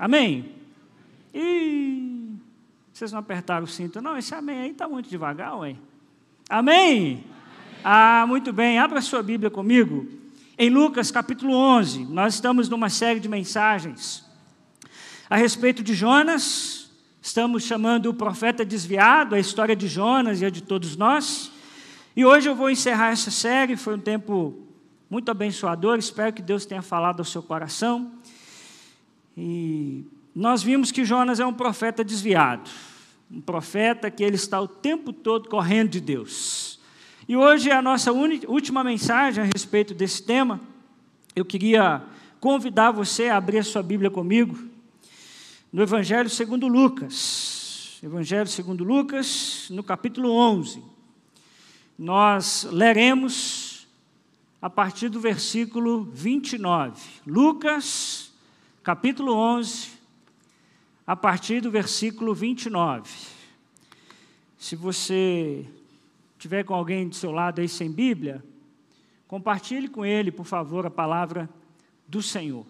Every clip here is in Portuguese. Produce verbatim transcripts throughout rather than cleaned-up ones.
Amém? Ih, vocês não apertaram o cinto, não? Esse amém aí está muito devagar, ué. Amém? Amém? Ah, muito bem. Abra sua Bíblia comigo. Em Lucas, capítulo onze, nós estamos numa série de mensagens a respeito de Jonas. Estamos chamando o profeta desviado, a história de Jonas e a de todos nós. E hoje eu vou encerrar essa série. Foi um tempo muito abençoador. Espero que Deus tenha falado ao seu coração. E nós vimos que Jonas é um profeta desviado. Um profeta que ele está o tempo todo correndo de Deus. E hoje é a nossa última mensagem a respeito desse tema. Eu queria convidar você a abrir a sua Bíblia comigo no Evangelho segundo Lucas. Evangelho segundo Lucas, no capítulo onze. Nós leremos a partir do versículo vinte e nove. Lucas, capítulo onze, a partir do versículo vinte e nove. Se você tiver com alguém do seu lado aí sem Bíblia, compartilhe com ele, por favor, a palavra do Senhor.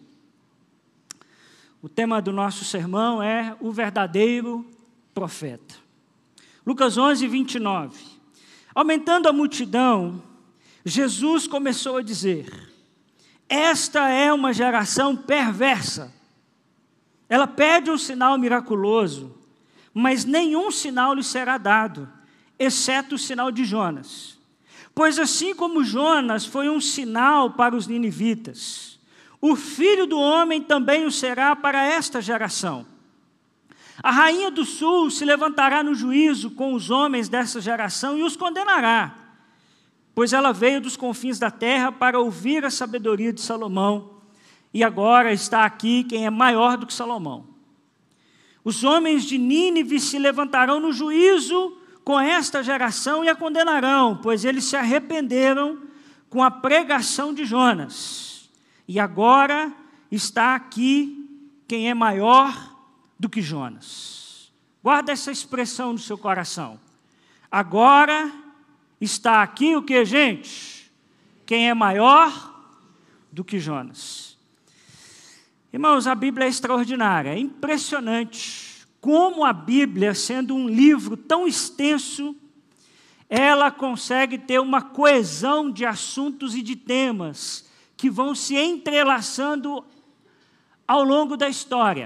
O tema do nosso sermão é o verdadeiro profeta. Lucas onze, vinte e nove. Aumentando a multidão, Jesus começou a dizer: esta é uma geração perversa. Ela pede um sinal miraculoso, mas nenhum sinal lhe será dado, exceto o sinal de Jonas. Pois assim como Jonas foi um sinal para os ninivitas, o Filho do Homem também o será para esta geração. A rainha do sul se levantará no juízo com os homens dessa geração e os condenará, pois ela veio dos confins da terra para ouvir a sabedoria de Salomão, e agora está aqui quem é maior do que Salomão. Os homens de Nínive se levantarão no juízo com esta geração e a condenarão, pois eles se arrependeram com a pregação de Jonas. E agora está aqui quem é maior do que Jonas. Guarda essa expressão no seu coração. Agora está aqui o que, gente? Quem é maior do que Jonas. Irmãos, a Bíblia é extraordinária, é impressionante como a Bíblia, sendo um livro tão extenso, ela consegue ter uma coesão de assuntos e de temas que vão se entrelaçando ao longo da história.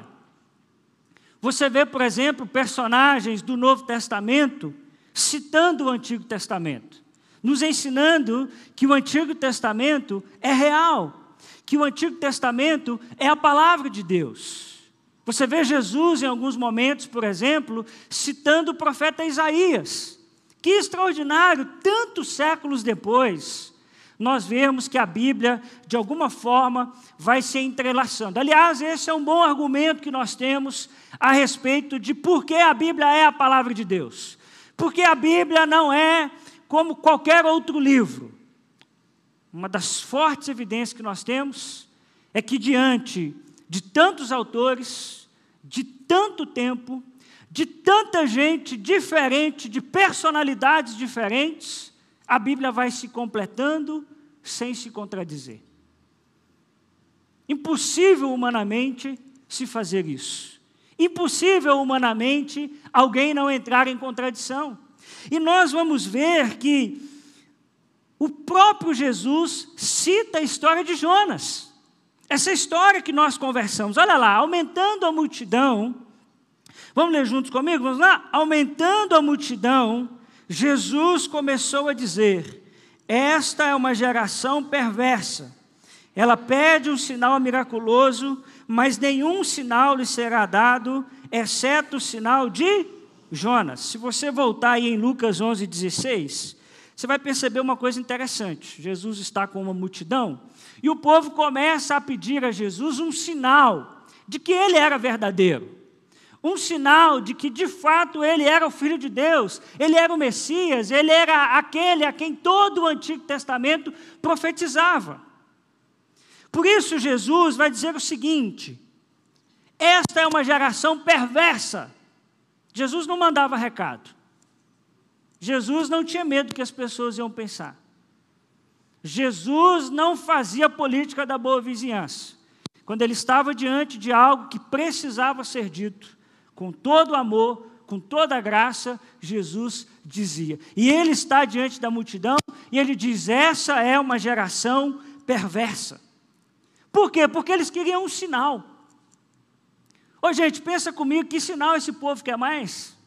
Você vê, por exemplo, personagens do Novo Testamento citando o Antigo Testamento, nos ensinando que o Antigo Testamento é real, que o Antigo Testamento é a palavra de Deus. Você vê Jesus, em alguns momentos, por exemplo, citando o profeta Isaías. Que extraordinário, tantos séculos depois, nós vemos que a Bíblia, de alguma forma, vai se entrelaçando. Aliás, esse é um bom argumento que nós temos a respeito de por que a Bíblia é a palavra de Deus. Porque a Bíblia não é como qualquer outro livro. Uma das fortes evidências que nós temos é que, diante de tantos autores, de tanto tempo, de tanta gente diferente, de personalidades diferentes, a Bíblia vai se completando sem se contradizer. Impossível humanamente se fazer isso. Impossível humanamente alguém não entrar em contradição. E nós vamos ver que o próprio Jesus cita a história de Jonas. Essa história que nós conversamos. Olha lá, aumentando a multidão. Vamos ler juntos comigo? Vamos lá? Aumentando a multidão, Jesus começou a dizer: esta é uma geração perversa. Ela pede um sinal miraculoso, mas nenhum sinal lhe será dado, exceto o sinal de Jonas. Se você voltar aí em Lucas onze, dezesseis, você vai perceber uma coisa interessante. Jesus está com uma multidão e o povo começa a pedir a Jesus um sinal de que ele era verdadeiro. Um sinal de que, de fato, ele era o Filho de Deus, ele era o Messias, ele era aquele a quem todo o Antigo Testamento profetizava. Por isso, Jesus vai dizer o seguinte: esta é uma geração perversa. Jesus não mandava recado. Jesus não tinha medo do que as pessoas iam pensar. Jesus não fazia política da boa vizinhança. quando ele estava diante de algo que precisava ser dito, com todo o amor, com toda a graça, Jesus dizia. E ele está diante da multidão e ele diz: essa é uma geração perversa. Por quê? Porque eles queriam um sinal. Ô gente, pensa comigo, que sinal esse povo quer mais?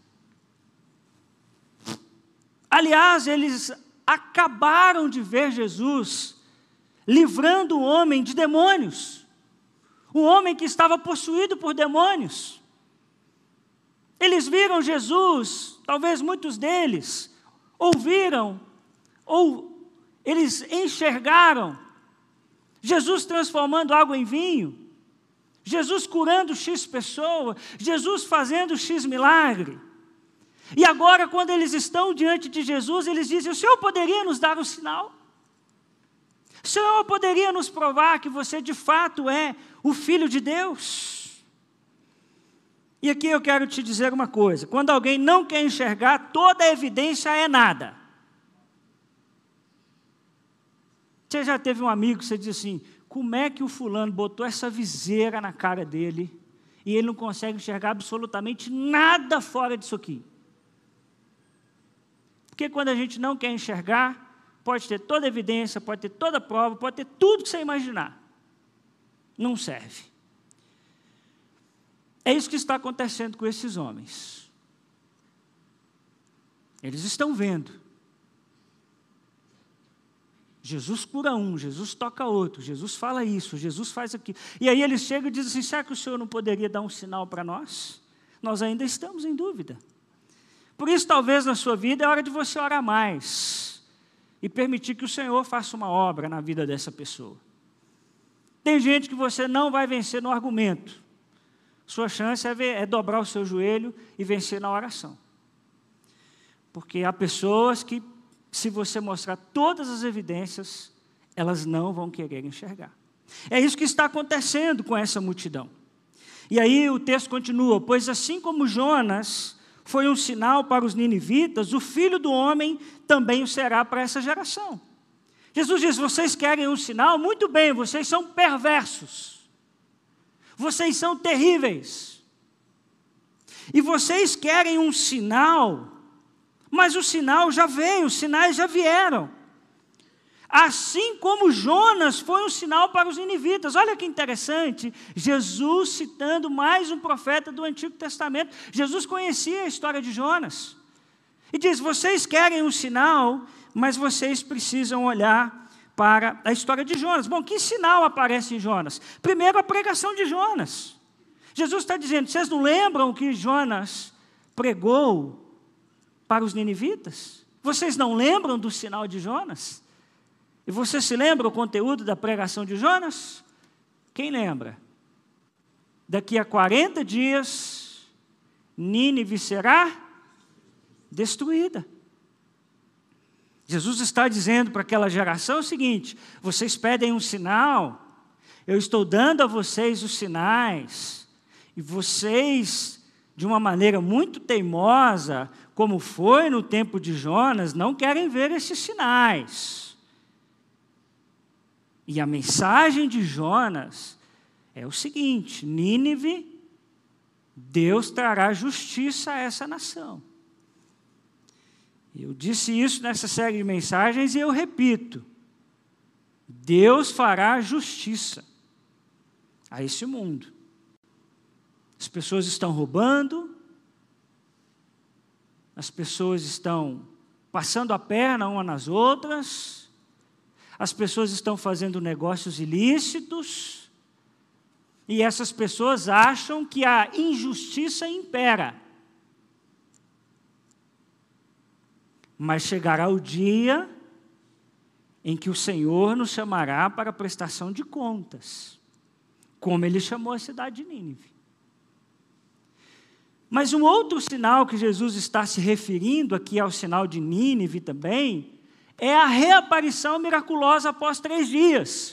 Aliás, eles acabaram de ver Jesus livrando o homem de demônios. Um homem que estava possuído por demônios. Eles viram Jesus, talvez muitos deles ouviram, ou eles enxergaram Jesus transformando água em vinho, Jesus curando X pessoa, Jesus fazendo X milagre. E agora, quando eles estão diante de Jesus, eles dizem: o Senhor poderia nos dar um sinal? O Senhor poderia nos provar que você de fato é o Filho de Deus? E aqui eu quero te dizer uma coisa: quando alguém não quer enxergar, toda evidência é nada. Você já teve um amigo que você diz assim: como é que o fulano botou essa viseira na cara dele e ele não consegue enxergar absolutamente nada fora disso aqui? Porque quando a gente não quer enxergar, pode ter toda evidência, pode ter toda prova, pode ter tudo que você imaginar. Não serve. É isso que está acontecendo com esses homens. Eles estão vendo. Jesus cura um, Jesus toca outro, Jesus fala isso, Jesus faz aquilo. E aí eles chegam e dizem assim: será que o Senhor não poderia dar um sinal para nós? Nós ainda estamos em dúvida. Por isso, talvez na sua vida é hora de você orar mais e permitir que o Senhor faça uma obra na vida dessa pessoa. Tem gente que você não vai vencer no argumento. Sua chance é, ver, é dobrar o seu joelho e vencer na oração. Porque há pessoas que, se você mostrar todas as evidências, elas não vão querer enxergar. É isso que está acontecendo com essa multidão. E aí o texto continua: pois assim como Jonas foi um sinal para os ninivitas, o Filho do Homem também o será para essa geração. Jesus diz: vocês querem um sinal? Muito bem, vocês são perversos. Vocês são terríveis. E vocês querem um sinal, mas o sinal já veio, os sinais já vieram. Assim como Jonas foi um sinal para os ninivitas. Olha que interessante, Jesus citando mais um profeta do Antigo Testamento. Jesus conhecia a história de Jonas. E diz: vocês querem um sinal, mas vocês precisam olhar para a história de Jonas. Bom, que sinal aparece em Jonas? Primeiro, a pregação de Jonas. Jesus está dizendo: vocês não lembram que Jonas pregou para os ninivitas? Vocês não lembram do sinal de Jonas? E você se lembra o conteúdo da pregação de Jonas? Quem lembra? Daqui a quarenta dias, Nínive será destruída. Jesus está dizendo para aquela geração o seguinte: vocês pedem um sinal, eu estou dando a vocês os sinais, e vocês, de uma maneira muito teimosa, como foi no tempo de Jonas, não querem ver esses sinais. E a mensagem de Jonas é o seguinte: Nínive, Deus trará justiça a essa nação. Eu disse isso nessa série de mensagens e eu repito: Deus fará justiça a esse mundo. As pessoas estão roubando, as pessoas estão passando a perna umas nas outras, as pessoas estão fazendo negócios ilícitos, e essas pessoas acham que a injustiça impera. Mas chegará o dia em que o Senhor nos chamará para a prestação de contas, como Ele chamou a cidade de Nínive. Mas um outro sinal que Jesus está se referindo aqui ao sinal de Nínive também, é a reaparição miraculosa após três dias.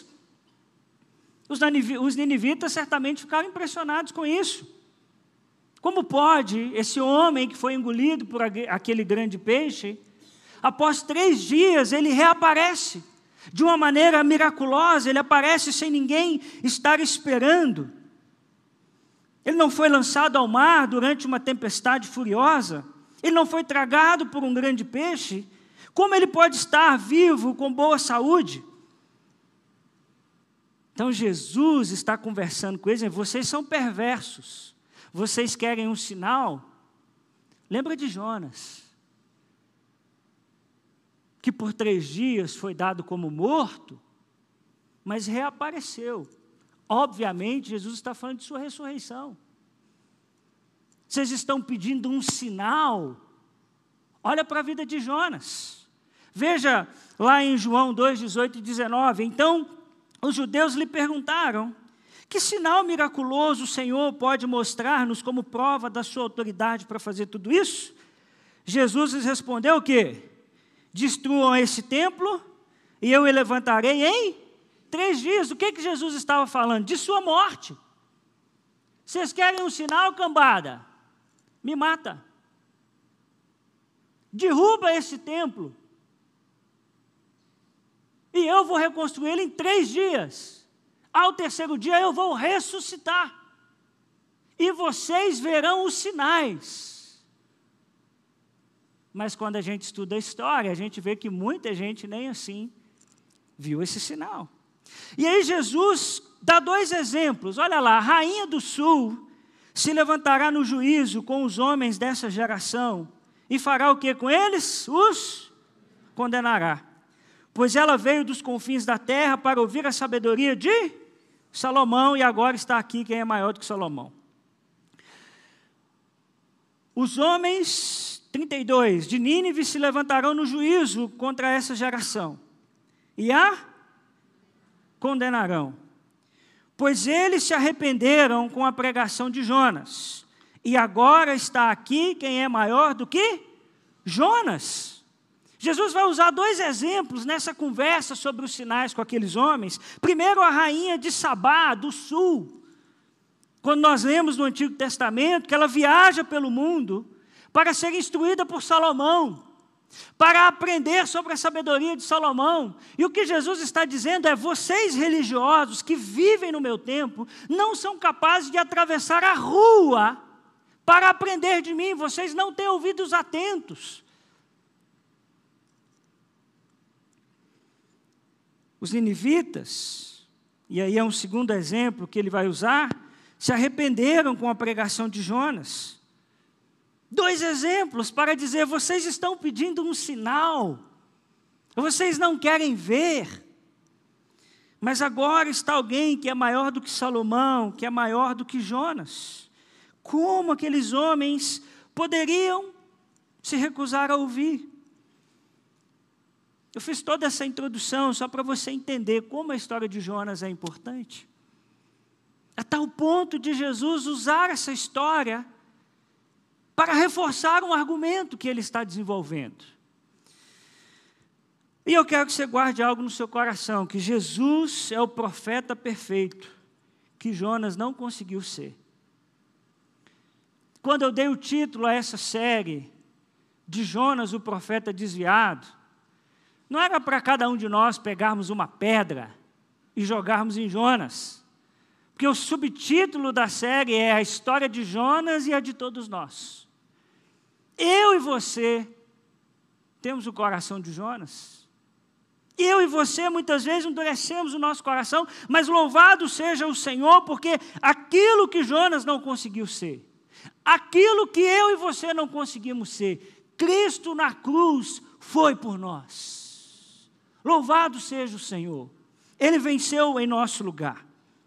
Os ninivitas certamente ficaram impressionados com isso. Como pode esse homem que foi engolido por aquele grande peixe, após três dias ele reaparece? De uma maneira miraculosa, ele aparece sem ninguém estar esperando. Ele não foi lançado ao mar durante uma tempestade furiosa. Ele não foi tragado por um grande peixe. Como ele pode estar vivo, com boa saúde? Então Jesus está conversando com eles, dizendo, vocês são perversos. Vocês querem um sinal? Lembra de Jonas, que por três dias foi dado como morto, mas reapareceu. Obviamente, Jesus está falando de sua ressurreição. Vocês estão pedindo um sinal? Olha para a vida de Jonas. Veja lá em João dois, dezoito e dezenove. Então, os judeus lhe perguntaram, que sinal miraculoso o Senhor pode mostrar-nos como prova da sua autoridade para fazer tudo isso? Jesus lhes respondeu o quê? Destruam esse templo e eu o levantarei em três dias. O que, que Jesus estava falando? De sua morte. Vocês querem um sinal, cambada? Me mata. Derruba esse templo. E eu vou reconstruí-lo em três dias. Ao terceiro dia eu vou ressuscitar. E vocês verão os sinais. Mas quando a gente estuda a história, a gente vê que muita gente nem assim viu esse sinal. E aí Jesus dá dois exemplos. Olha lá, a rainha do sul se levantará no juízo com os homens dessa geração e fará o que com eles? Os condenará. Pois ela veio dos confins da terra para ouvir a sabedoria de Salomão e agora está aqui quem é maior do que Salomão. Os homens, trinta e dois, de Nínive se levantarão no juízo contra essa geração e a condenarão. Pois eles se arrependeram com a pregação de Jonas. E agora está aqui quem é maior do que Jonas. Jesus vai usar dois exemplos nessa conversa sobre os sinais com aqueles homens. Primeiro, a rainha de Sabá, do sul. Quando nós lemos no Antigo Testamento que ela viaja pelo mundo para ser instruída por Salomão, para aprender sobre a sabedoria de Salomão. E o que Jesus está dizendo é, vocês religiosos que vivem no meu tempo, não são capazes de atravessar a rua para aprender de mim, vocês não têm ouvidos atentos. Os ninivitas, e aí é um segundo exemplo que ele vai usar, se arrependeram com a pregação de Jonas. Dois exemplos para dizer, vocês estão pedindo um sinal, vocês não querem ver, mas agora está alguém que é maior do que Salomão, que é maior do que Jonas. Como aqueles homens poderiam se recusar a ouvir? Eu fiz toda essa introdução só para você entender como a história de Jonas é importante. A tal ponto de Jesus usar essa história para reforçar um argumento que ele está desenvolvendo. E eu quero que você guarde algo no seu coração, que Jesus é o profeta perfeito, que Jonas não conseguiu ser. Quando eu dei o título a essa série, de Jonas, o profeta desviado, não era para cada um de nós pegarmos uma pedra e jogarmos em Jonas, porque o subtítulo da série é a história de Jonas e a de todos nós. Eu e você temos o coração de Jonas. Eu e você muitas vezes endurecemos o nosso coração, mas louvado seja o Senhor, porque aquilo que Jonas não conseguiu ser, aquilo que eu e você não conseguimos ser, Cristo na cruz foi por nós. Louvado seja o Senhor. Ele venceu em nosso lugar.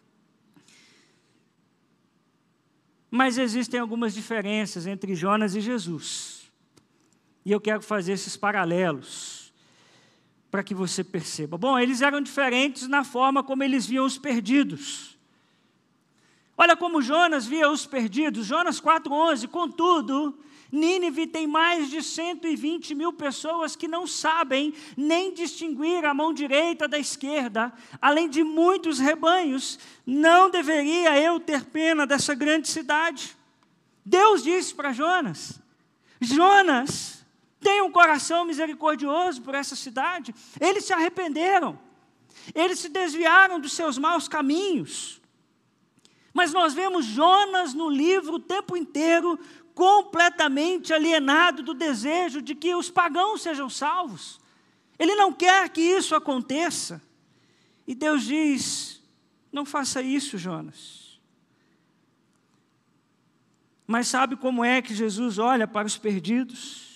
Mas existem algumas diferenças entre Jonas e Jesus. E eu quero fazer esses paralelos para que você perceba. Bom, eles eram diferentes na forma como eles viam os perdidos. Olha como Jonas via os perdidos. Jonas quatro, onze. Contudo, Nínive tem mais de cento e vinte mil pessoas que não sabem nem distinguir a mão direita da esquerda, além de muitos rebanhos. Não deveria eu ter pena dessa grande cidade? Deus disse para Jonas, Jonas, tem um coração misericordioso por essa cidade. Eles se arrependeram. Eles se desviaram dos seus maus caminhos. Mas nós vemos Jonas no livro o tempo inteiro completamente alienado do desejo de que os pagãos sejam salvos. Ele não quer que isso aconteça. E Deus diz: não faça isso, Jonas. Mas sabe como é que Jesus olha para os perdidos?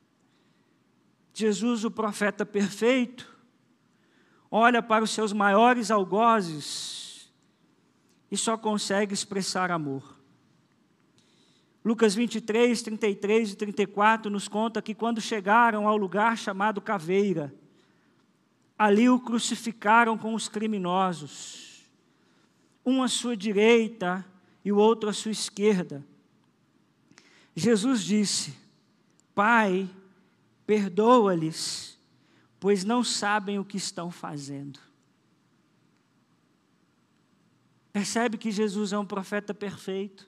Jesus, o profeta perfeito, olha para os seus maiores algozes e só consegue expressar amor. Lucas vinte e três, trinta e três e trinta e quatro nos conta que quando chegaram ao lugar chamado Caveira, ali o crucificaram com os criminosos, um à sua direita e o outro à sua esquerda. Jesus disse: Pai, perdoa-lhes, pois não sabem o que estão fazendo. Percebe que Jesus é um profeta perfeito?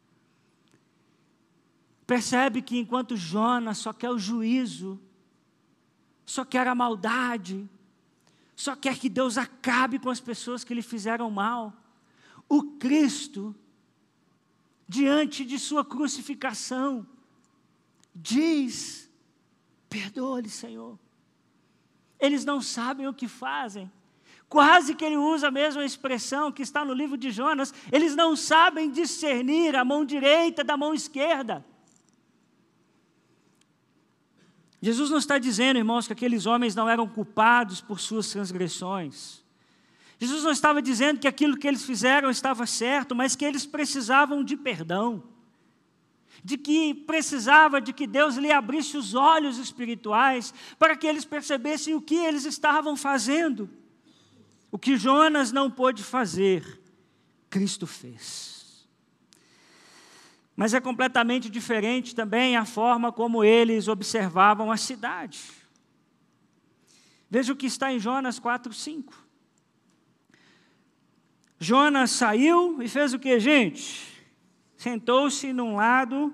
Percebe que enquanto Jonas só quer o juízo, só quer a maldade, só quer que Deus acabe com as pessoas que lhe fizeram mal, o Cristo, diante de sua crucificação, diz: perdoa-lhe, Senhor. Eles não sabem o que fazem. Quase que ele usa a mesma expressão que está no livro de Jonas. Eles não sabem discernir a mão direita da mão esquerda. Jesus não está dizendo, irmãos, que aqueles homens não eram culpados por suas transgressões. Jesus não estava dizendo que aquilo que eles fizeram estava certo, mas que eles precisavam de perdão. De que precisava de que Deus lhe abrisse os olhos espirituais para que eles percebessem o que eles estavam fazendo. O que Jonas não pôde fazer, Cristo fez. Mas é completamente diferente também a forma como eles observavam a cidade. Veja o que está em Jonas quatro, cinco. Jonas saiu e fez o que, gente? Sentou-se num lado,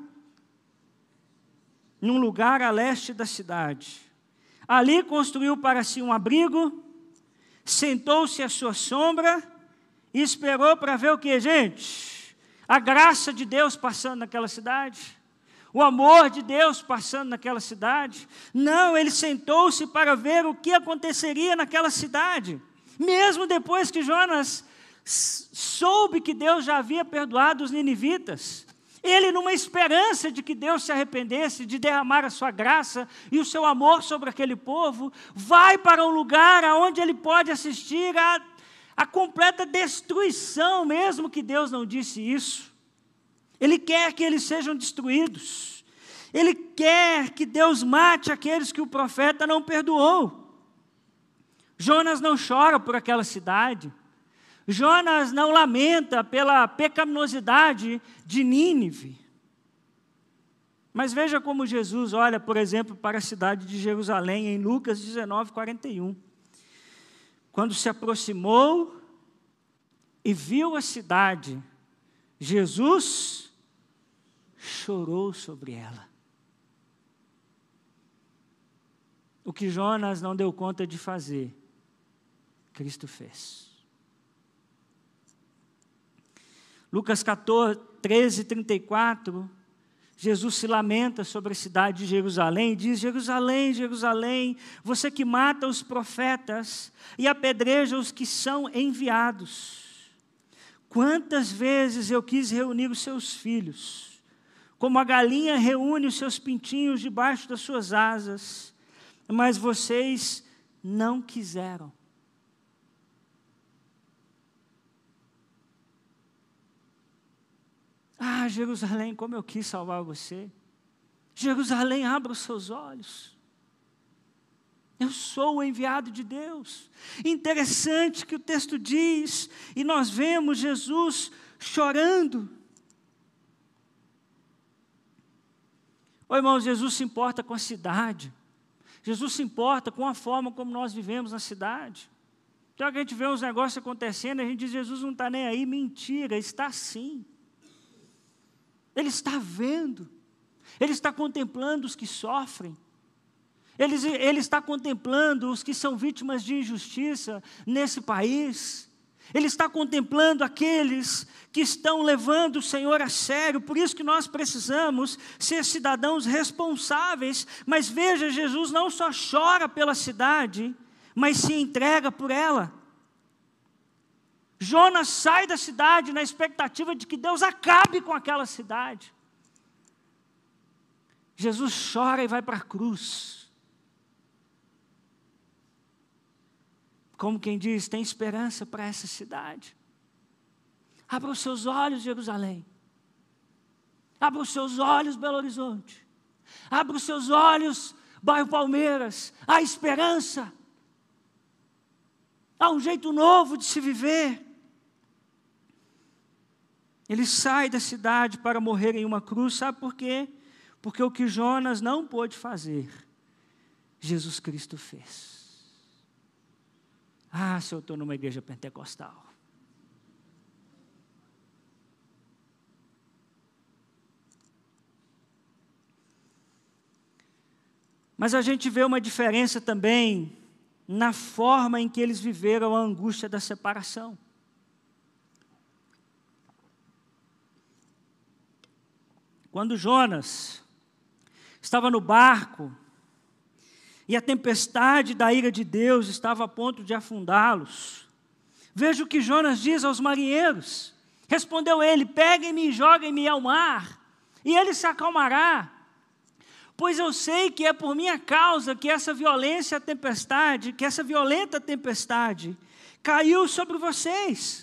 num lugar a leste da cidade. Ali construiu para si um abrigo, sentou-se à sua sombra e esperou para ver o que, gente? A graça de Deus passando naquela cidade, o amor de Deus passando naquela cidade. Não, ele sentou-se para ver o que aconteceria naquela cidade. Mesmo depois que Jonas soube que Deus já havia perdoado os ninivitas, ele, numa esperança de que Deus se arrependesse, de derramar a sua graça e o seu amor sobre aquele povo, vai para um lugar onde ele pode assistir a a completa destruição, mesmo que Deus não disse isso. Ele quer que eles sejam destruídos. Ele quer que Deus mate aqueles que o profeta não perdoou. Jonas não chora por aquela cidade. Jonas não lamenta pela pecaminosidade de Nínive. Mas veja como Jesus olha, por exemplo, para a cidade de Jerusalém, em Lucas dezenove, quarenta e um. Quando se aproximou e viu a cidade, Jesus chorou sobre ela. O que Jonas não deu conta de fazer, Cristo fez. Lucas quatorze, treze, trinta e quatro, Jesus se lamenta sobre a cidade de Jerusalém e diz: Jerusalém, Jerusalém, você que mata os profetas e apedreja os que são enviados. Quantas vezes eu quis reunir os seus filhos, como a galinha reúne os seus pintinhos debaixo das suas asas, mas vocês não quiseram. Ah, Jerusalém, como eu quis salvar você. Jerusalém, abra os seus olhos. Eu sou o enviado de Deus. Interessante que o texto diz, e nós vemos Jesus chorando. Ô irmãos, Jesus se importa com a cidade. Jesus se importa com a forma como nós vivemos na cidade. Então a gente vê os negócios acontecendo, a gente diz: Jesus não está nem aí. Mentira, está sim. Ele está vendo, Ele está contemplando os que sofrem, Ele, ele está contemplando os que são vítimas de injustiça nesse país. Ele está contemplando aqueles que estão levando o Senhor a sério. Por isso que nós precisamos ser cidadãos responsáveis. Mas veja, Jesus não só chora pela cidade, mas se entrega por ela. Jonas sai da cidade na expectativa de que Deus acabe com aquela cidade. Jesus chora e vai para a cruz. Como quem diz, tem esperança para essa cidade. Abra os seus olhos, Jerusalém. Abra os seus olhos, Belo Horizonte. Abra os seus olhos, bairro Palmeiras. Há esperança. Há um jeito novo de se viver. Ele sai da cidade para morrer em uma cruz. Sabe por quê? Porque o que Jonas não pôde fazer, Jesus Cristo fez. Ah, se eu estou numa igreja pentecostal. Mas a gente vê uma diferença também na forma em que eles viveram a angústia da separação. Quando Jonas estava no barco, e a tempestade da ira de Deus estava a ponto de afundá-los, veja o que Jonas diz aos marinheiros. Respondeu ele: peguem-me e joguem-me ao mar, e ele se acalmará. Pois eu sei que é por minha causa que essa violência, a tempestade, que essa violenta tempestade caiu sobre vocês.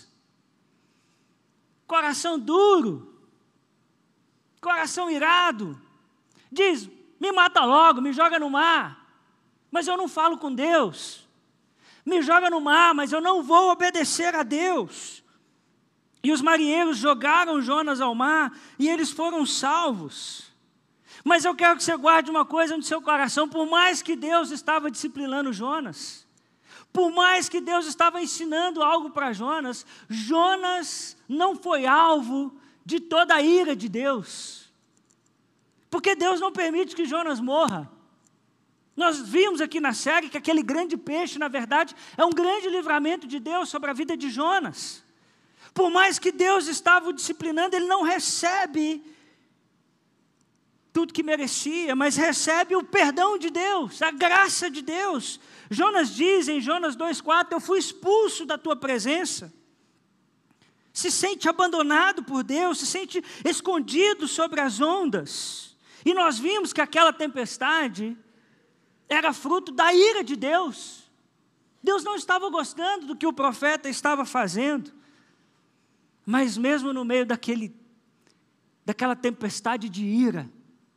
Coração duro, coração irado, diz: me mata logo, me joga no mar. Mas eu não falo com Deus. Me joga no mar, mas eu não vou obedecer a Deus. E os marinheiros jogaram Jonas ao mar, e eles foram salvos. Mas eu quero que você guarde uma coisa no seu coração: por mais que Deus estava disciplinando Jonas, por mais que Deus estava ensinando algo para Jonas, Jonas não foi alvo de toda a ira de Deus. Porque Deus não permite que Jonas morra. Nós vimos aqui na série que aquele grande peixe, na verdade, é um grande livramento de Deus sobre a vida de Jonas. Por mais que Deus estava o disciplinando, ele não recebe tudo que merecia, mas recebe o perdão de Deus, a graça de Deus. Jonas diz em Jonas dois, quatro, eu fui expulso da tua presença. Se sente abandonado por Deus, se sente escondido sobre as ondas. E nós vimos que aquela tempestade era fruto da ira de Deus. Deus não estava gostando do que o profeta estava fazendo. Mas mesmo no meio daquele, daquela tempestade de ira,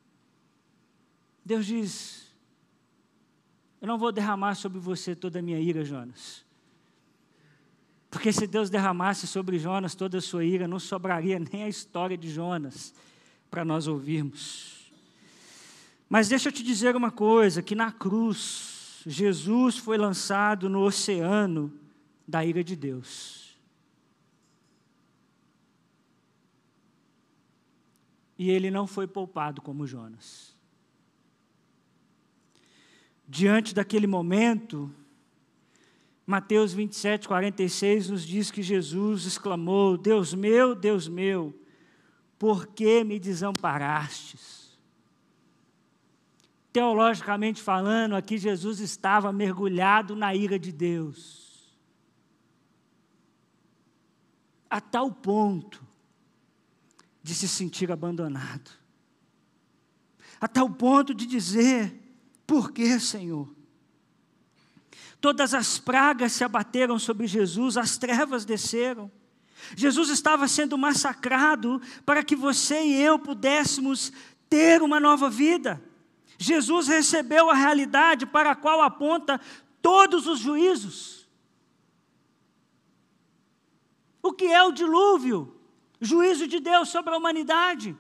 Deus diz: eu não vou derramar sobre você toda a minha ira, Jonas. Porque se Deus derramasse sobre Jonas toda a sua ira, não sobraria nem a história de Jonas para nós ouvirmos. Mas deixa eu te dizer uma coisa, que na cruz, Jesus foi lançado no oceano da ira de Deus. E ele não foi poupado como Jonas. Diante daquele momento, Mateus vinte e sete, quarenta e seis nos diz que Jesus exclamou: Deus meu, Deus meu, por que me desamparastes? Teologicamente falando, aqui Jesus estava mergulhado na ira de Deus, a tal ponto de se sentir abandonado, a tal ponto de dizer: por que, Senhor? Todas as pragas se abateram sobre Jesus, as trevas desceram. Jesus estava sendo massacrado para que você e eu pudéssemos ter uma nova vida. Jesus recebeu a realidade para a qual aponta todos os juízos. O que é o dilúvio? Juízo de Deus sobre a humanidade.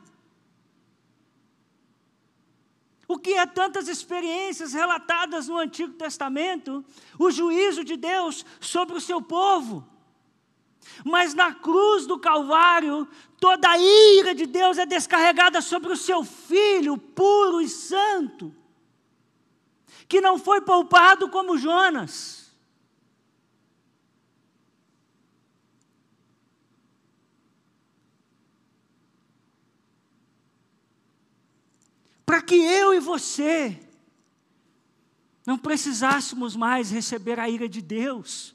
O que é tantas experiências relatadas no Antigo Testamento? O juízo de Deus sobre o seu povo. Mas na cruz do Calvário, toda a ira de Deus é descarregada sobre o seu Filho, puro e santo. que não foi poupado como Jonas. Para que eu e você não precisássemos mais receber a ira de Deus.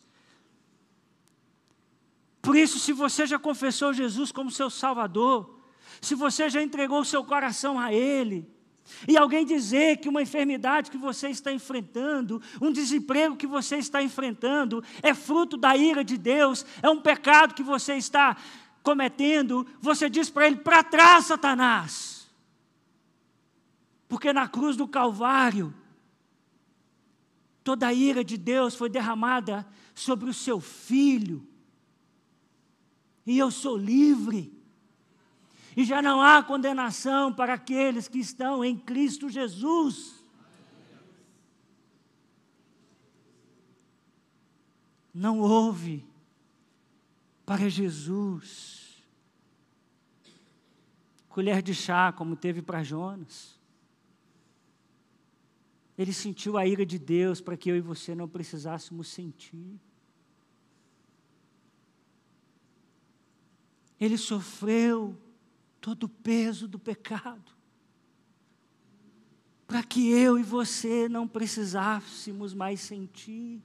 Por isso, se você já confessou Jesus como seu Salvador, se você já entregou o seu coração a Ele, e alguém dizer que uma enfermidade que você está enfrentando, um desemprego que você está enfrentando, é fruto da ira de Deus, é um pecado que você está cometendo, você diz para ele: para trás, Satanás. Porque na cruz do Calvário, toda a ira de Deus foi derramada sobre o seu Filho. E eu sou livre. E já não há condenação para aqueles que estão em Cristo Jesus. Não houve para Jesus colher de chá como teve para Jonas. Ele sentiu a ira de Deus para que eu e você não precisássemos sentir. Ele sofreu todo o peso do pecado, para que eu e você não precisássemos mais sentir.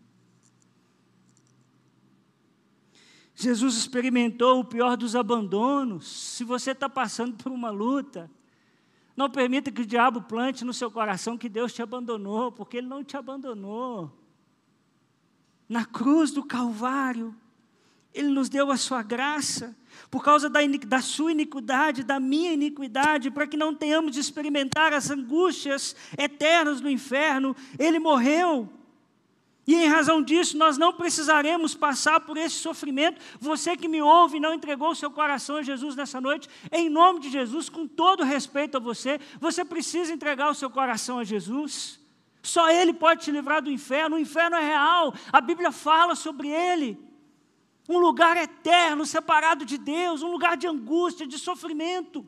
Jesus experimentou o pior dos abandonos. Se você está passando por uma luta, não permita que o diabo plante no seu coração que Deus te abandonou, porque Ele não te abandonou. Na cruz do Calvário, Ele nos deu a sua graça, por causa da, da sua iniquidade, da minha iniquidade, para que não tenhamos de experimentar as angústias eternas no inferno. Ele morreu, e em razão disso nós não precisaremos passar por esse sofrimento. Você que me ouve e não entregou o seu coração a Jesus nessa noite, em nome de Jesus, com todo respeito a você, você precisa entregar o seu coração a Jesus. Só Ele pode te livrar do inferno. O inferno é real, a Bíblia fala sobre ele. Um lugar eterno, separado de Deus, um lugar de angústia, de sofrimento.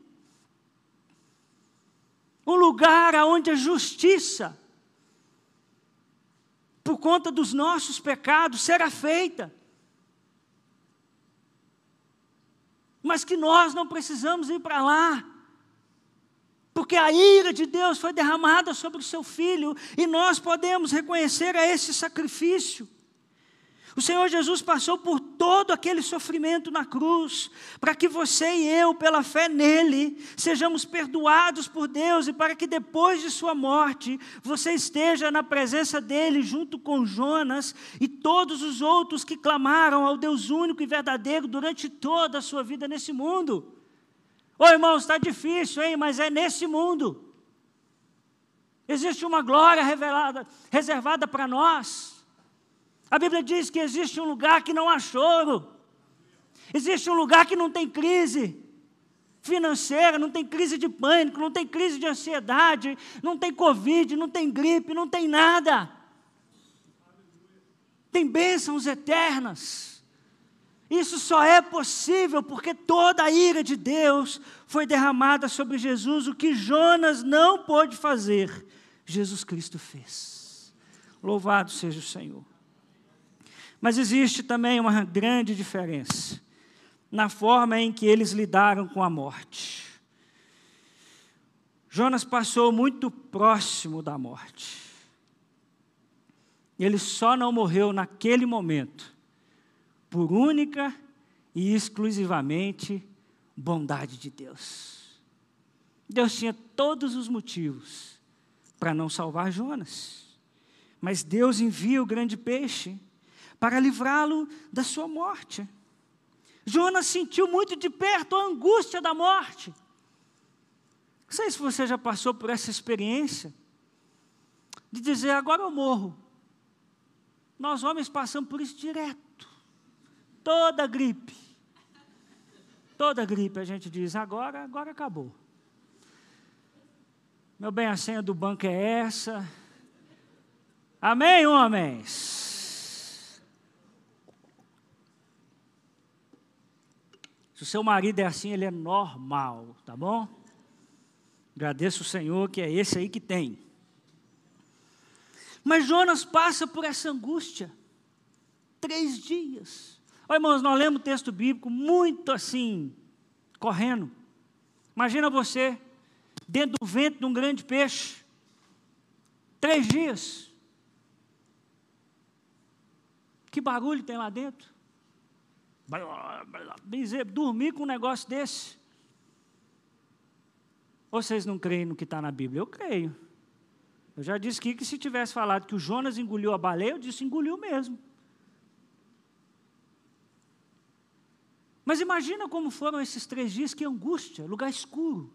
Um lugar onde a justiça, por conta dos nossos pecados, será feita. Mas que nós não precisamos ir para lá, porque a ira de Deus foi derramada sobre o seu Filho, e nós podemos reconhecer a esse sacrifício. O Senhor Jesus passou por todo aquele sofrimento na cruz, para que você e eu, pela fé nele, sejamos perdoados por Deus, e para que depois de sua morte, você esteja na presença dele, junto com Jonas e todos os outros que clamaram ao Deus único e verdadeiro durante toda a sua vida nesse mundo. Ô irmãos, está difícil, hein? Mas é nesse mundo. Existe uma glória revelada, reservada para nós. A Bíblia diz que existe um lugar que não há choro. Existe um lugar que não tem crise financeira, não tem crise de pânico, não tem crise de ansiedade, não tem Covid, não tem gripe, não tem nada. Tem bênçãos eternas. Isso só é possível porque toda a ira de Deus foi derramada sobre Jesus. O que Jonas não pôde fazer, Jesus Cristo fez. Louvado seja o Senhor. Mas existe também uma grande diferença na forma em que eles lidaram com a morte. Jonas passou muito próximo da morte. Ele só não morreu naquele momento, por única e exclusivamente bondade de Deus. Deus tinha todos os motivos para não salvar Jonas, mas Deus envia o grande peixe para livrá-lo da sua morte. Jonas sentiu muito de perto a angústia da morte. Não sei se você já passou por essa experiência, de dizer, agora eu morro. Nós homens passamos por isso direto. Toda gripe. Toda gripe a gente diz, agora, agora acabou. Meu bem, a senha do banco é essa. Amém, homens? Se o seu marido é assim, ele é normal, tá bom? Agradeço o Senhor que é esse aí que tem. Mas Jonas passa por essa angústia. Três dias. Olha, irmãos, nós lemos o texto bíblico muito assim, correndo. Imagina você, dentro do ventre de um grande peixe. Três dias. Que barulho tem lá dentro? Dormir com um negócio desse. Ou vocês não creem no que está na Bíblia? Eu creio. Eu já disse aqui que se tivesse falado que o Jonas engoliu a baleia, eu disse engoliu mesmo. Mas imagina como foram esses três dias, que angústia, lugar escuro,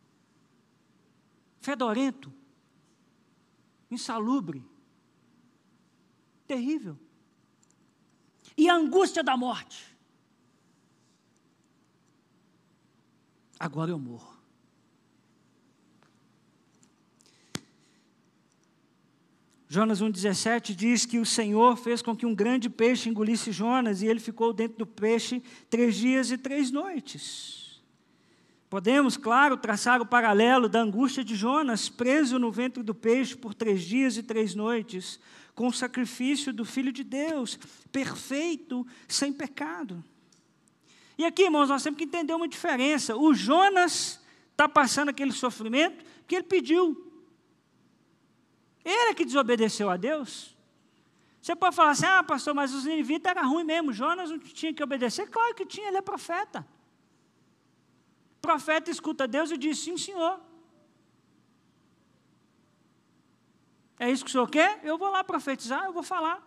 fedorento, insalubre, terrível. E a angústia da morte. Agora eu morro. Jonas um, dezessete diz que o Senhor fez com que um grande peixe engolisse Jonas, e ele ficou dentro do peixe três dias e três noites. Podemos, claro, traçar o paralelo da angústia de Jonas, preso no ventre do peixe por três dias e três noites, com o sacrifício do Filho de Deus, perfeito, sem pecado. E aqui, irmãos, nós temos que entender uma diferença. O Jonas está passando aquele sofrimento que ele pediu. Ele é que desobedeceu a Deus. Você pode falar assim, ah, pastor, mas os ninivitas eram ruins mesmo, Jonas não tinha que obedecer. Claro que tinha, ele é profeta. O profeta escuta Deus e diz, sim, senhor. É isso que o senhor quer? Eu vou lá profetizar, eu vou falar.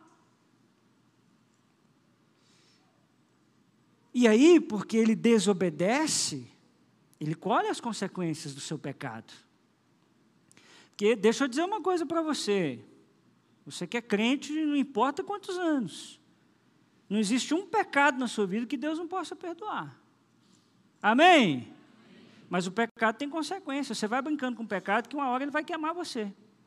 E aí, porque ele desobedece, ele colhe as consequências do seu pecado. Porque, deixa eu dizer uma coisa para você, você que é crente, não importa quantos anos, não existe um pecado na sua vida que Deus não possa perdoar. Amém? Amém. Mas o pecado tem consequências, você vai brincando com o pecado que uma hora ele vai queimar você.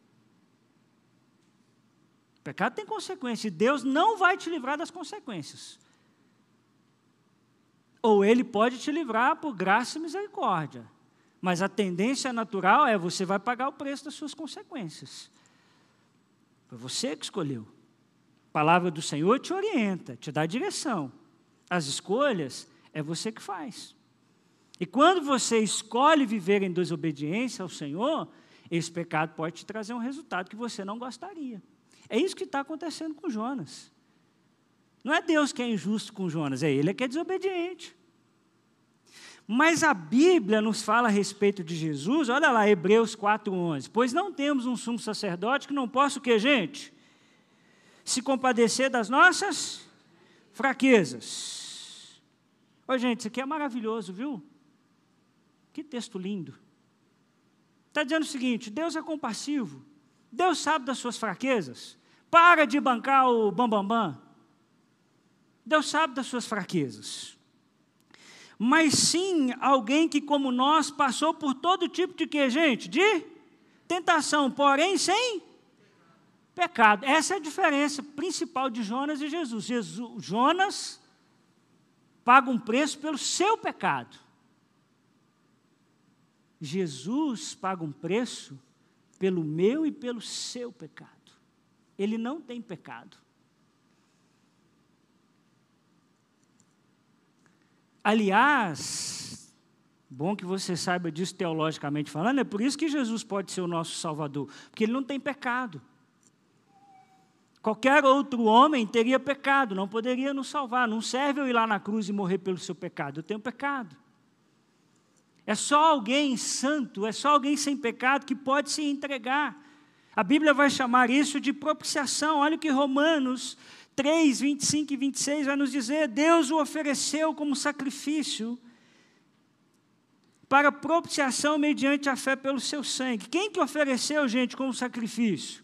O pecado tem consequências, e Deus não vai te livrar das consequências. Ou Ele pode te livrar por graça e misericórdia. Mas a tendência natural é você vai pagar o preço das suas consequências. Foi você que escolheu. A palavra do Senhor te orienta, te dá direção. As escolhas é você que faz. E quando você escolhe viver em desobediência ao Senhor, esse pecado pode te trazer um resultado que você não gostaria. É isso que está acontecendo com Jonas. Não é Deus que é injusto com Jonas, é ele que é desobediente. Mas a Bíblia nos fala a respeito de Jesus, olha lá, Hebreus quatro, onze. Pois não temos um sumo sacerdote que não possa o quê, gente? Se compadecer das nossas fraquezas. Ô, gente, isso aqui é maravilhoso, viu? Que texto lindo. Está dizendo o seguinte, Deus é compassivo. Deus sabe das suas fraquezas. Para de bancar o bambambam. Bam, bam. Deus sabe das suas fraquezas. Mas sim, alguém que como nós passou por todo tipo de quê, gente? De tentação, porém sem pecado. Essa é a diferença principal de Jonas e Jesus. Jesus Jonas paga um preço pelo seu pecado. Jesus paga um preço pelo meu e pelo seu pecado. Ele não tem pecado. Aliás, bom que você saiba disso teologicamente falando, é por isso que Jesus pode ser o nosso Salvador, porque ele não tem pecado. Qualquer outro homem teria pecado, não poderia nos salvar. Não serve eu ir lá na cruz e morrer pelo seu pecado, eu tenho pecado. É só alguém santo, é só alguém sem pecado que pode se entregar. A Bíblia vai chamar isso de propiciação. Olha o que Romanos três, vinte e cinco e vinte e seis vai nos dizer, Deus o ofereceu como sacrifício para propiciação mediante a fé pelo seu sangue. Quem que ofereceu, gente, como sacrifício?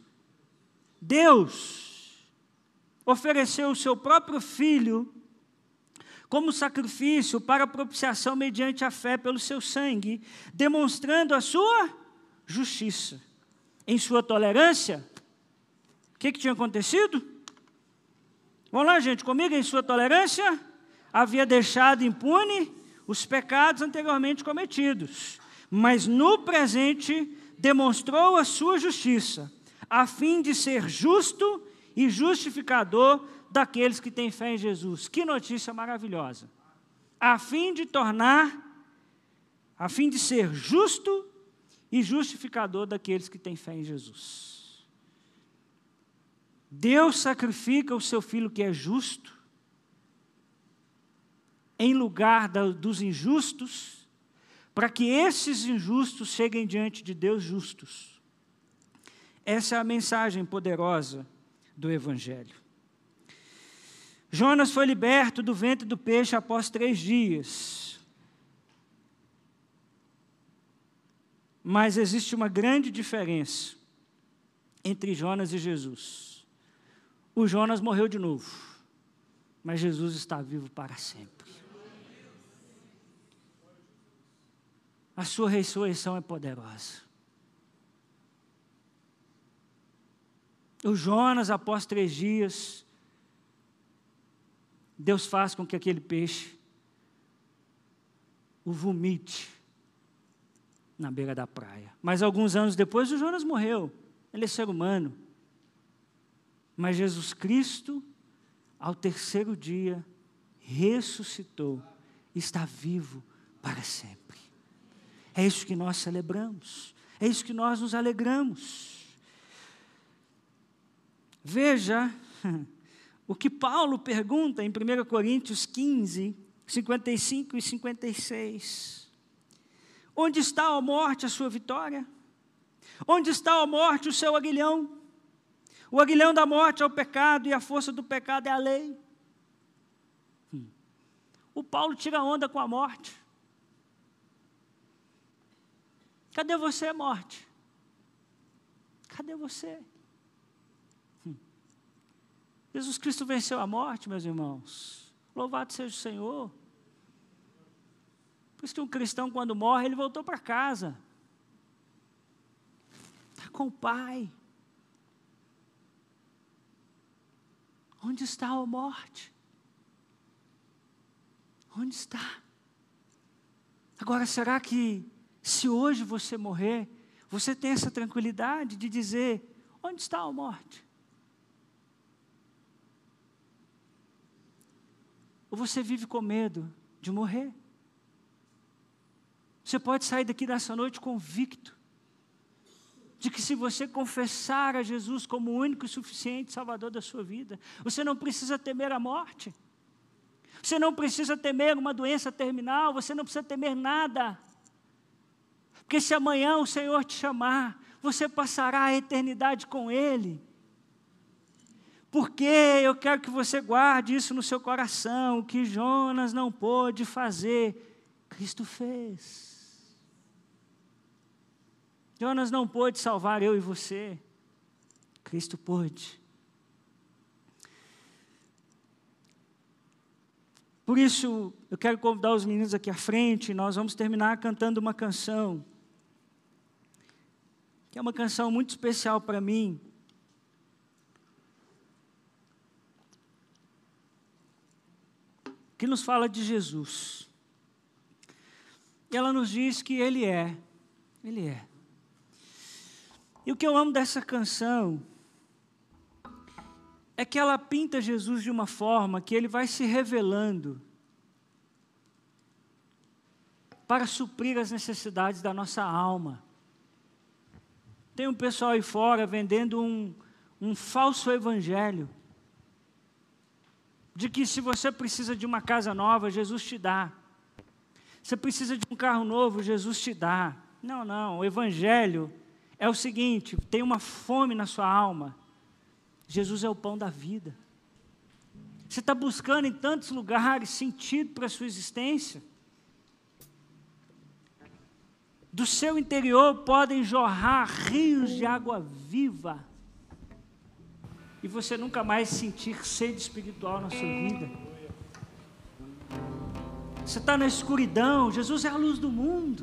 Deus ofereceu o seu próprio Filho como sacrifício para propiciação mediante a fé pelo seu sangue, demonstrando a sua justiça. Em sua tolerância, o que, que tinha acontecido? Vamos lá, gente, comigo, em sua tolerância, havia deixado impune os pecados anteriormente cometidos, mas no presente demonstrou a sua justiça, a fim de ser justo e justificador daqueles que têm fé em Jesus. Que notícia maravilhosa! A fim de tornar, a fim de ser justo e justificador daqueles que têm fé em Jesus. Deus sacrifica o seu Filho que é justo, em lugar da, dos injustos, para que esses injustos cheguem diante de Deus justos. Essa é a mensagem poderosa do Evangelho. Jonas foi liberto do ventre do peixe após três dias. Mas existe uma grande diferença entre Jonas e Jesus. O Jonas morreu de novo, mas Jesus está vivo para sempre. A sua ressurreição é poderosa. O Jonas, após três dias, Deus faz com que aquele peixe o vomite na beira da praia. Mas alguns anos depois, o Jonas morreu. Ele é ser humano. Mas Jesus Cristo, ao terceiro dia, ressuscitou. Está vivo para sempre. É isso que nós celebramos. É isso que nós nos alegramos. Veja o que Paulo pergunta em primeira Coríntios quinze, cinquenta e cinco e cinquenta e seis. Onde está, ó morte, a sua vitória? Onde está, ó morte, o seu aguilhão? O aguilhão da morte é o pecado e a força do pecado é a lei. Hum. O Paulo tira onda com a morte. Cadê você, morte? Cadê você? Hum. Jesus Cristo venceu a morte, meus irmãos. Louvado seja o Senhor. Por isso que um cristão, quando morre, ele voltou para casa. Está com o Pai. Onde está a morte? Onde está? Agora, será que se hoje você morrer, você tem essa tranquilidade de dizer, onde está a morte? Ou você vive com medo de morrer? Você pode sair daqui nessa noite convicto de que se você confessar a Jesus como o único e suficiente Salvador da sua vida, você não precisa temer a morte. Você não precisa temer uma doença terminal, você não precisa temer nada. Porque se amanhã o Senhor te chamar, você passará a eternidade com Ele. Porque eu quero que você guarde isso no seu coração, o que Jonas não pôde fazer, Cristo fez. Jonas não pôde salvar eu e você, Cristo pôde. Por isso, eu quero convidar os meninos aqui à frente, nós vamos terminar cantando uma canção, que é uma canção muito especial para mim. Que nos fala de Jesus. E ela nos diz que Ele é, Ele é. E o que eu amo dessa canção é que ela pinta Jesus de uma forma que Ele vai se revelando para suprir as necessidades da nossa alma. Tem um pessoal aí fora vendendo um, um falso evangelho, de que se você precisa de uma casa nova, Jesus te dá. Você precisa de um carro novo, Jesus te dá. Não, não, o evangelho é o seguinte, tem uma fome na sua alma, Jesus é o pão da vida. Você está buscando em tantos lugares sentido para a sua existência. Do seu interior podem jorrar rios de água viva. E você nunca mais sentir sede espiritual na sua vida. Você está na escuridão, Jesus é a luz do mundo.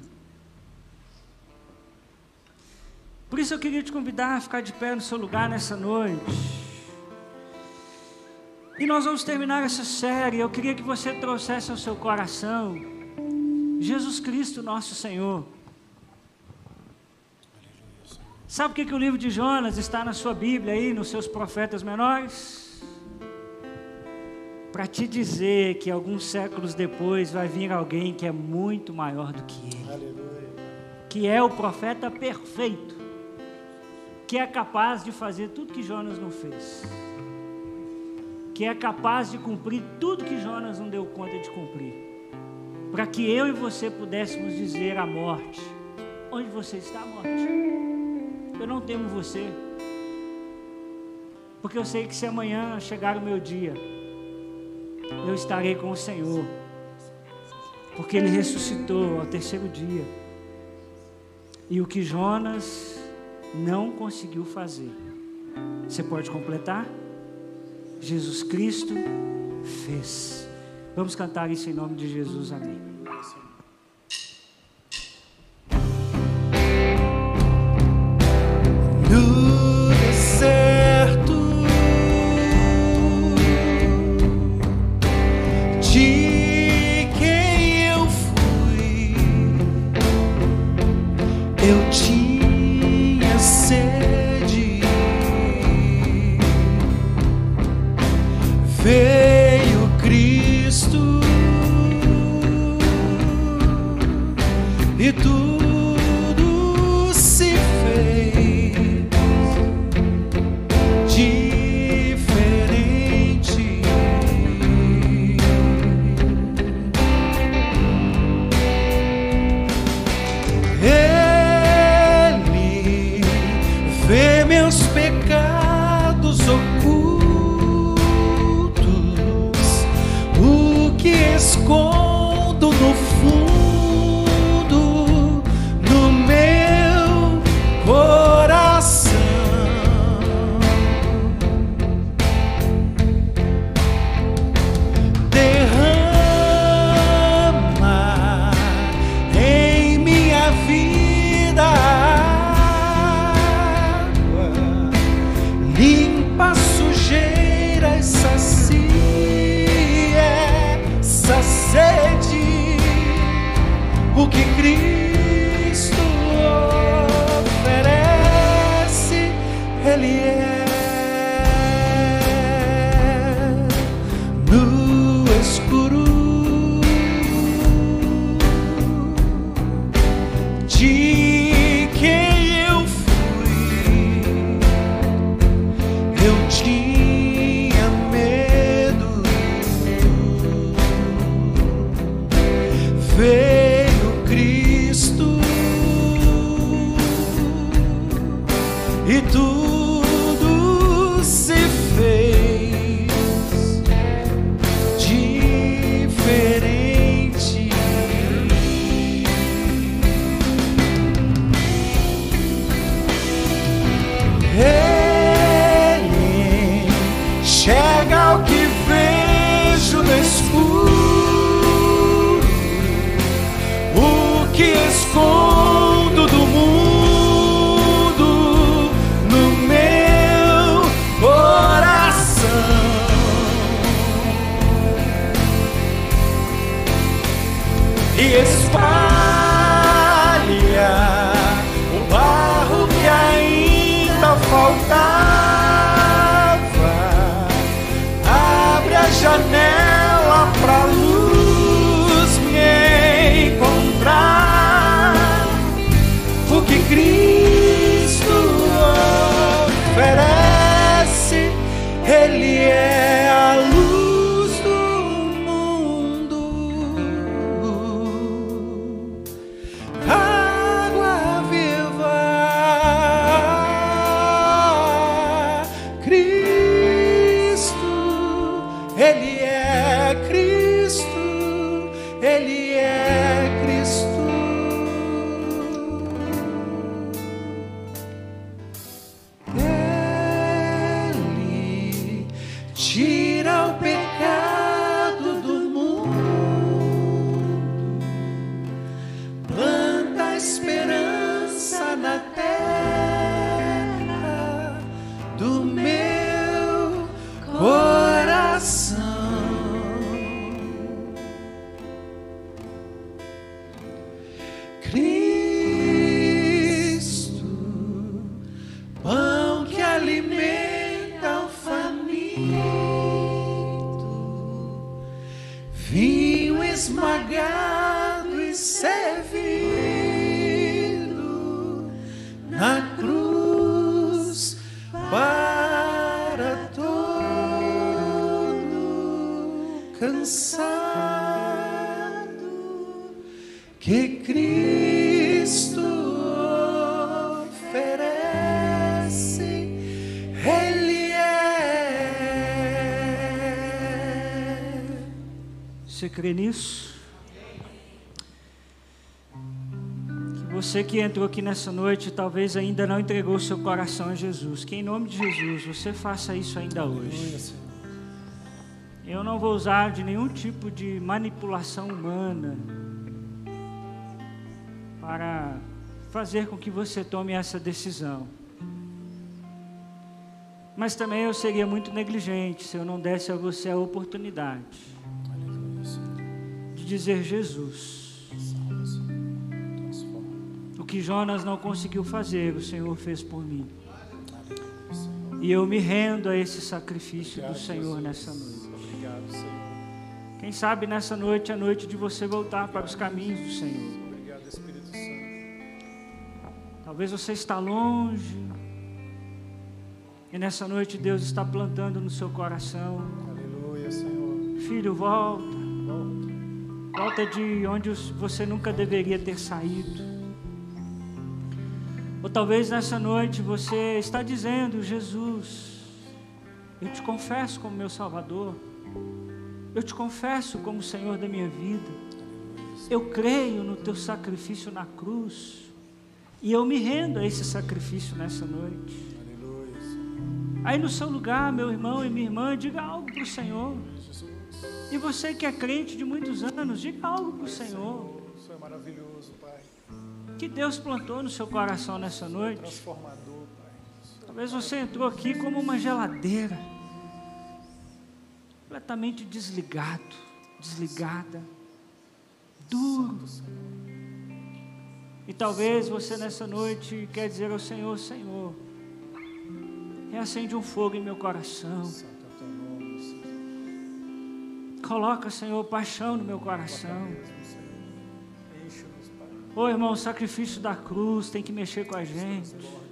Por isso eu queria te convidar a ficar de pé no seu lugar nessa noite. E nós vamos terminar essa série. Eu queria que você trouxesse ao seu coração Jesus Cristo, nosso Senhor. Sabe por que, que o livro de Jonas está na sua Bíblia aí, nos seus profetas menores? Para te dizer que alguns séculos depois vai vir alguém que é muito maior do que ele. Aleluia. Que é o profeta perfeito, que é capaz de fazer tudo que Jonas não fez, que é capaz de cumprir tudo que Jonas não deu conta de cumprir, para que eu e você pudéssemos dizer à morte: onde você está, morte? Eu não temo você, porque eu sei que se amanhã chegar o meu dia, eu estarei com o Senhor, porque Ele ressuscitou ao terceiro dia, e o que Jonas não conseguiu fazer, você pode completar? Jesus Cristo fez. Vamos cantar isso em nome de Jesus, amém. No deserto de quem eu fui, eu tinha sede, veio Cristo e tudo se fez diferente. Ele vê meus pecados ocultos, o que escondo no fundo, no meu coração. Derrama em minha vida água, limpa a sujeira e sacia essa sede, o que Cristo oferece, Ele é. No escuro de quem eu fui, eu tinha medo, veio Cristo e tudo se fez diferente. Ele enxerga o que vejo no escuro, o que escondo do mundo, no meu coração. E espalha o barro que ainda faltava, abre a janela pra luz me encontrar, o que Cristo oferece, Ele é a luz do mundo, água viva, Cristo, Ele é Cristo, Ele é Cristo. cansado, que Cristo oferece, Ele é. Você crê nisso? Que você que entrou aqui nessa noite talvez ainda não entregou seu coração a Jesus. Que em nome de Jesus você faça isso ainda hoje. Eu não vou usar de nenhum tipo de manipulação humana para fazer com que você tome essa decisão. Mas também eu seria muito negligente se eu não desse a você a oportunidade de dizer: Jesus, o que Jonas não conseguiu fazer, o Senhor fez por mim. E eu me rendo a esse sacrifício do Senhor nessa noite. Quem sabe nessa noite é a noite de você voltar para os caminhos do Senhor. Talvez você está longe e nessa noite Deus está plantando no seu coração. Aleluia, Senhor. Filho, volta. Volta de onde você nunca deveria ter saído. Ou talvez nessa noite você está dizendo: Jesus, eu te confesso como meu Salvador. Eu te confesso como Senhor da minha vida. Eu creio no teu sacrifício na cruz. E eu me rendo a esse sacrifício nessa noite. Aí no seu lugar, meu irmão e minha irmã, diga algo para o Senhor. E você que é crente de muitos anos, diga algo para o Senhor. Isso é maravilhoso, Pai. Que Deus plantou no seu coração nessa noite. Transformador, Pai. Talvez você entrou aqui como uma geladeira, completamente desligado, desligada, duro. E talvez você nessa noite quer dizer ao Senhor: Senhor, reacende um fogo em meu coração. Coloca, Senhor, paixão no meu coração. Ô irmão, o sacrifício da cruz tem que mexer com a gente.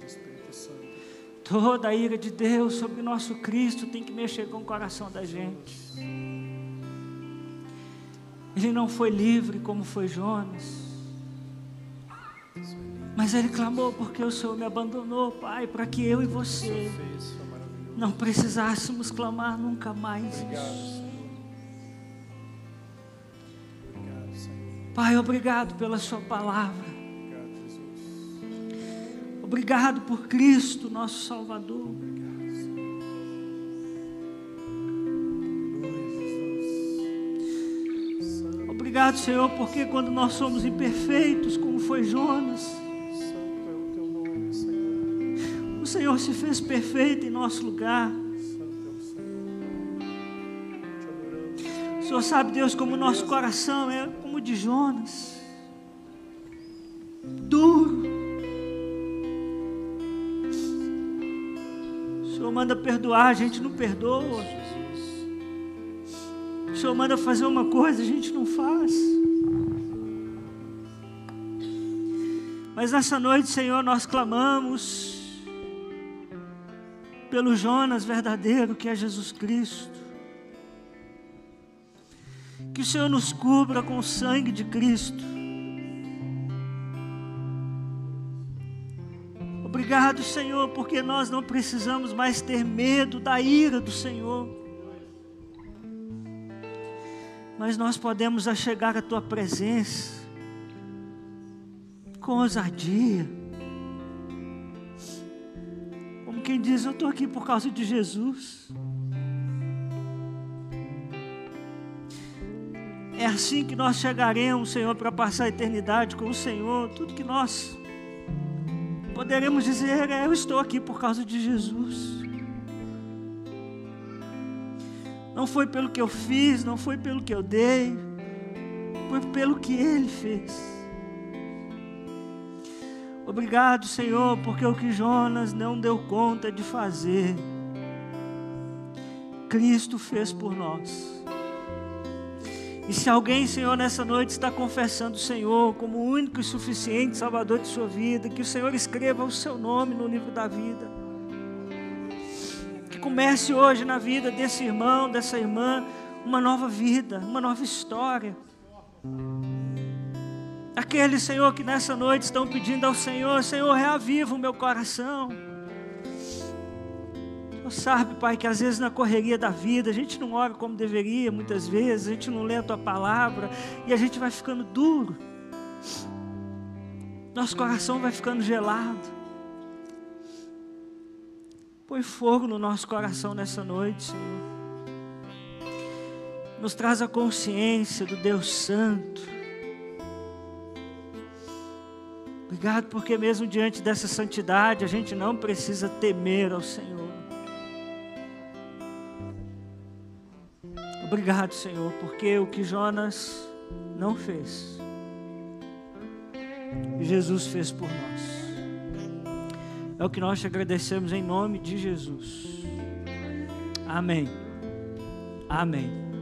Toda a ira de Deus sobre o nosso Cristo tem que mexer com o coração da gente. Ele não foi livre como foi Jonas, mas ele clamou porque o Senhor me abandonou, Pai, para que eu e você não precisássemos clamar nunca mais isso. Pai, obrigado pela sua palavra. Obrigado por Cristo, nosso Salvador. Obrigado, Senhor, porque quando nós somos imperfeitos, como foi Jonas, o Senhor se fez perfeito em nosso lugar. O Senhor sabe, Deus, como o nosso coração é como o de Jonas, duro. O Senhor manda perdoar, a gente não perdoa. O Senhor manda fazer uma coisa, a gente não faz. Mas nessa noite, Senhor, nós clamamos pelo Jonas verdadeiro, que é Jesus Cristo. Que o Senhor nos cubra com o sangue de Cristo. Obrigado, Senhor, porque nós não precisamos mais ter medo da ira do Senhor, mas nós podemos achegar a Tua presença com ousadia, como quem diz: eu estou aqui por causa de Jesus. É assim que nós chegaremos, Senhor, para passar a eternidade com o Senhor. Tudo que nós poderemos dizer é: eu estou aqui por causa de Jesus. Não foi pelo que eu fiz, não foi pelo que eu dei, foi pelo que Ele fez. Obrigado, Senhor, porque o que Jonas não deu conta de fazer, Cristo fez por nós. E se alguém, Senhor, nessa noite está confessando o Senhor como o único e suficiente Salvador de sua vida, que o Senhor escreva o seu nome no livro da vida. Que comece hoje na vida desse irmão, dessa irmã, uma nova vida, uma nova história. Aqueles, Senhor, que nessa noite estão pedindo ao Senhor, Senhor, reaviva o meu coração. Tu sabe, Pai, que às vezes na correria da vida, a gente não ora como deveria, muitas vezes, a gente não lê a Tua palavra, e a gente vai ficando duro. Nosso coração vai ficando gelado. Põe fogo no nosso coração nessa noite, Senhor. Nos traz a consciência do Deus Santo. Obrigado porque mesmo diante dessa santidade, a gente não precisa temer ao Senhor. Obrigado, Senhor, porque o que Jonas não fez, Jesus fez por nós. É o que nós te agradecemos em nome de Jesus. Amém. Amém.